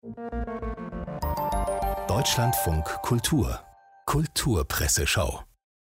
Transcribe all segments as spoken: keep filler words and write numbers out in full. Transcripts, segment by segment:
Deutschlandfunk Kultur Kulturpresseschau.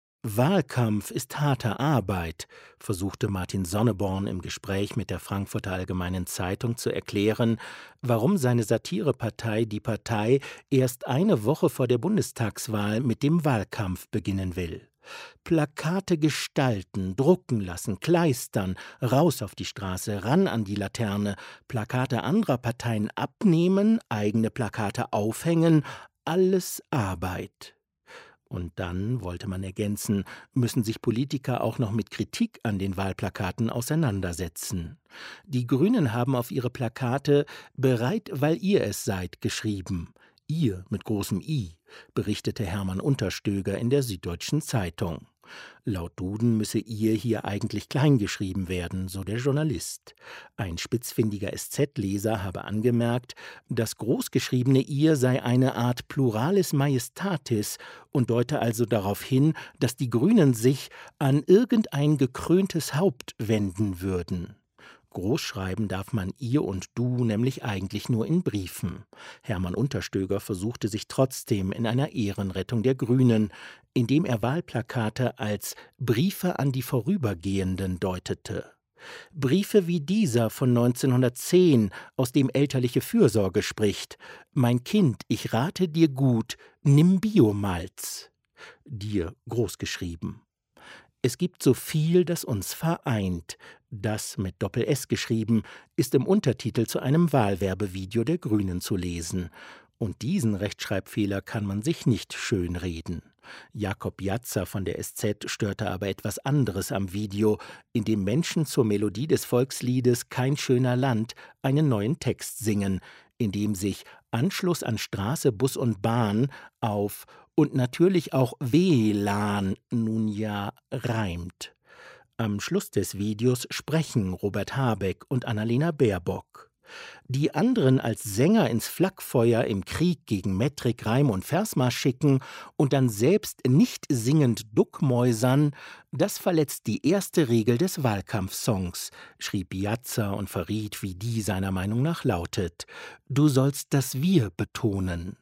Wahlkampf ist harte Arbeit, versuchte Martin Sonneborn im Gespräch mit der Frankfurter Allgemeinen Zeitung zu erklären, warum seine Satirepartei Die Partei erst eine Woche vor der Bundestagswahl mit dem Wahlkampf beginnen will. Plakate gestalten, drucken lassen, kleistern, raus auf die Straße, ran an die Laterne, Plakate anderer Parteien abnehmen, eigene Plakate aufhängen, alles Arbeit. Und dann, wollte man ergänzen, müssen sich Politiker auch noch mit Kritik an den Wahlplakaten auseinandersetzen. Die Grünen haben auf ihre Plakate »Bereit, weil ihr es seid« geschrieben. Ihr mit großem I, berichtete Hermann Unterstöger in der Süddeutschen Zeitung. Laut Duden müsse ihr hier eigentlich klein geschrieben werden, so der Journalist. Ein spitzfindiger S Z-Leser habe angemerkt, das großgeschriebene ihr sei eine Art Pluralis Majestatis und deute also darauf hin, dass die Grünen sich an irgendein gekröntes Haupt wenden würden. Großschreiben darf man ihr und du nämlich eigentlich nur in Briefen. Hermann Unterstöger versuchte sich trotzdem in einer Ehrenrettung der Grünen, indem er Wahlplakate als Briefe an die Vorübergehenden deutete. Briefe wie dieser von neunzehnhundertzehn, aus dem elterliche Fürsorge spricht: »Mein Kind, ich rate dir gut, nimm Biomalz.« Dir großgeschrieben. Es gibt so viel, das uns vereint. Das mit Doppel-S geschrieben ist im Untertitel zu einem Wahlwerbevideo der Grünen zu lesen. Und diesen Rechtschreibfehler kann man sich nicht schönreden. Jakob Jatzer von der S Z störte aber etwas anderes am Video, in dem Menschen zur Melodie des Volksliedes »Kein schöner Land« einen neuen Text singen, in dem sich Anschluss an Straße, Bus und Bahn auf und natürlich auch W L A N nun ja reimt. Am Schluss des Videos sprechen Robert Habeck und Annalena Baerbock. Die anderen als Sänger ins Flakfeuer im Krieg gegen Metrik, Reim und Versmaß schicken und dann selbst nicht singend duckmäusern, das verletzt die erste Regel des Wahlkampfsongs, schrieb Jatzer und verriet, wie die seiner Meinung nach lautet: Du sollst das Wir betonen.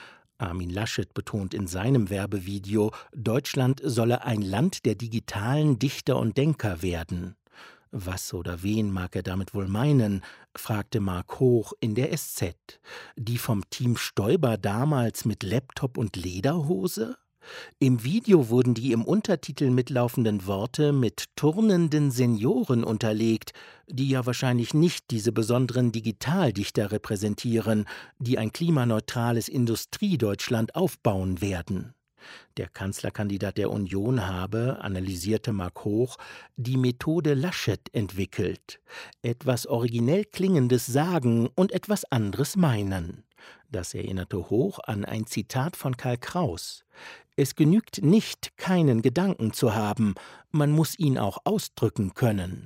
Armin Laschet betont in seinem Werbevideo, Deutschland solle ein Land der digitalen Dichter und Denker werden. Was oder wen mag er damit wohl meinen, fragte Mark Hoch in der S Z. Die vom Team Stoiber damals mit Laptop und Lederhose? Im Video wurden die im Untertitel mitlaufenden Worte mit turnenden Senioren unterlegt, die ja wahrscheinlich nicht diese besonderen Digitaldichter repräsentieren, die ein klimaneutrales Industriedeutschland aufbauen werden. Der Kanzlerkandidat der Union habe, analysierte Mark Hoch, die Methode Laschet entwickelt. Etwas originell Klingendes sagen und etwas anderes meinen. Das erinnerte Hoch an ein Zitat von Karl Kraus. Es genügt nicht, keinen Gedanken zu haben, man muss ihn auch ausdrücken können.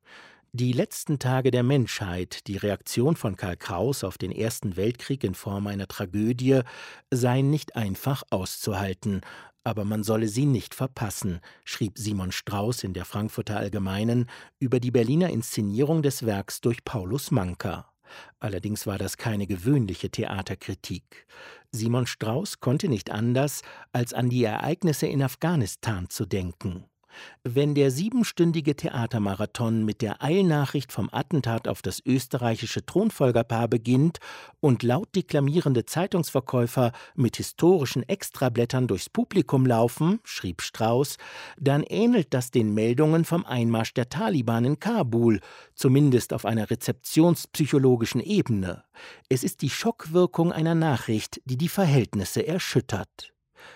Die letzten Tage der Menschheit, die Reaktion von Karl Kraus auf den Ersten Weltkrieg in Form einer Tragödie, seien nicht einfach auszuhalten, aber man solle sie nicht verpassen, schrieb Simon Strauß in der Frankfurter Allgemeinen über die Berliner Inszenierung des Werks durch Paulus Manka. Allerdings war das keine gewöhnliche Theaterkritik. Simon Strauß konnte nicht anders, als an die Ereignisse in Afghanistan zu denken. Wenn der siebenstündige Theatermarathon mit der Eilnachricht vom Attentat auf das österreichische Thronfolgerpaar beginnt und laut deklamierende Zeitungsverkäufer mit historischen Extrablättern durchs Publikum laufen, schrieb Strauß, dann ähnelt das den Meldungen vom Einmarsch der Taliban in Kabul, zumindest auf einer rezeptionspsychologischen Ebene. Es ist die Schockwirkung einer Nachricht, die die Verhältnisse erschüttert.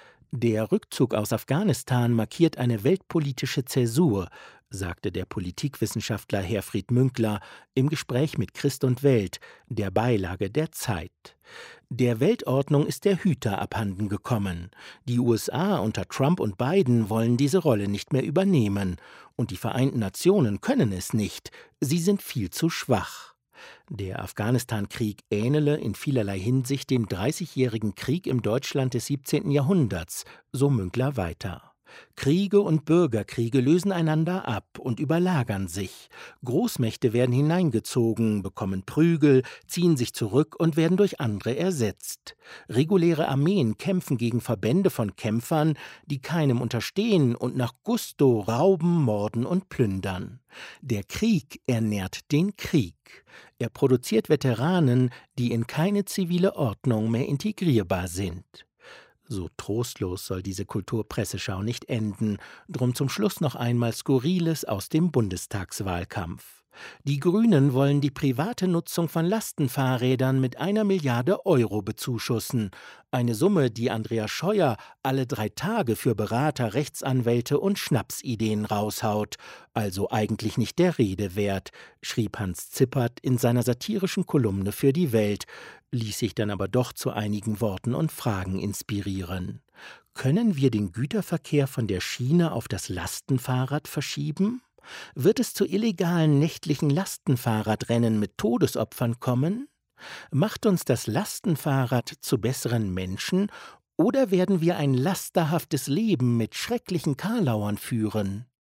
Der Rückzug aus Afghanistan markiert eine weltpolitische Zäsur, sagte der Politikwissenschaftler Herfried Münkler im Gespräch mit Christ und Welt, der Beilage der Zeit. Der Weltordnung ist der Hüter abhanden gekommen. Die U S A unter Trump und Biden wollen diese Rolle nicht mehr übernehmen. Und die Vereinten Nationen können es nicht. Sie sind viel zu schwach. Der Afghanistan-Krieg ähnele in vielerlei Hinsicht dem dreißigjährigen Krieg im Deutschland des siebzehnten Jahrhunderts, so Münkler weiter. Kriege und Bürgerkriege lösen einander ab und überlagern sich. Großmächte werden hineingezogen, bekommen Prügel, ziehen sich zurück und werden durch andere ersetzt. Reguläre Armeen kämpfen gegen Verbände von Kämpfern, die keinem unterstehen und nach Gusto rauben, morden und plündern. Der Krieg ernährt den Krieg. Er produziert Veteranen, die in keine zivile Ordnung mehr integrierbar sind. So trostlos soll diese Kulturpresseschau nicht enden, drum zum Schluss noch einmal Skurriles aus dem Bundestagswahlkampf. Die Grünen wollen die private Nutzung von Lastenfahrrädern mit einer Milliarde Euro bezuschussen. Eine Summe, die Andreas Scheuer alle drei Tage für Berater, Rechtsanwälte und Schnapsideen raushaut. Also eigentlich nicht der Rede wert, schrieb Hans Zippert in seiner satirischen Kolumne für die Welt, ließ sich dann aber doch zu einigen Worten und Fragen inspirieren. Können wir den Güterverkehr von der Schiene auf das Lastenfahrrad verschieben? Wird es zu illegalen nächtlichen Lastenfahrradrennen mit Todesopfern kommen? Macht uns das Lastenfahrrad zu besseren Menschen oder werden wir ein lasterhaftes Leben mit schrecklichen Karlauern führen?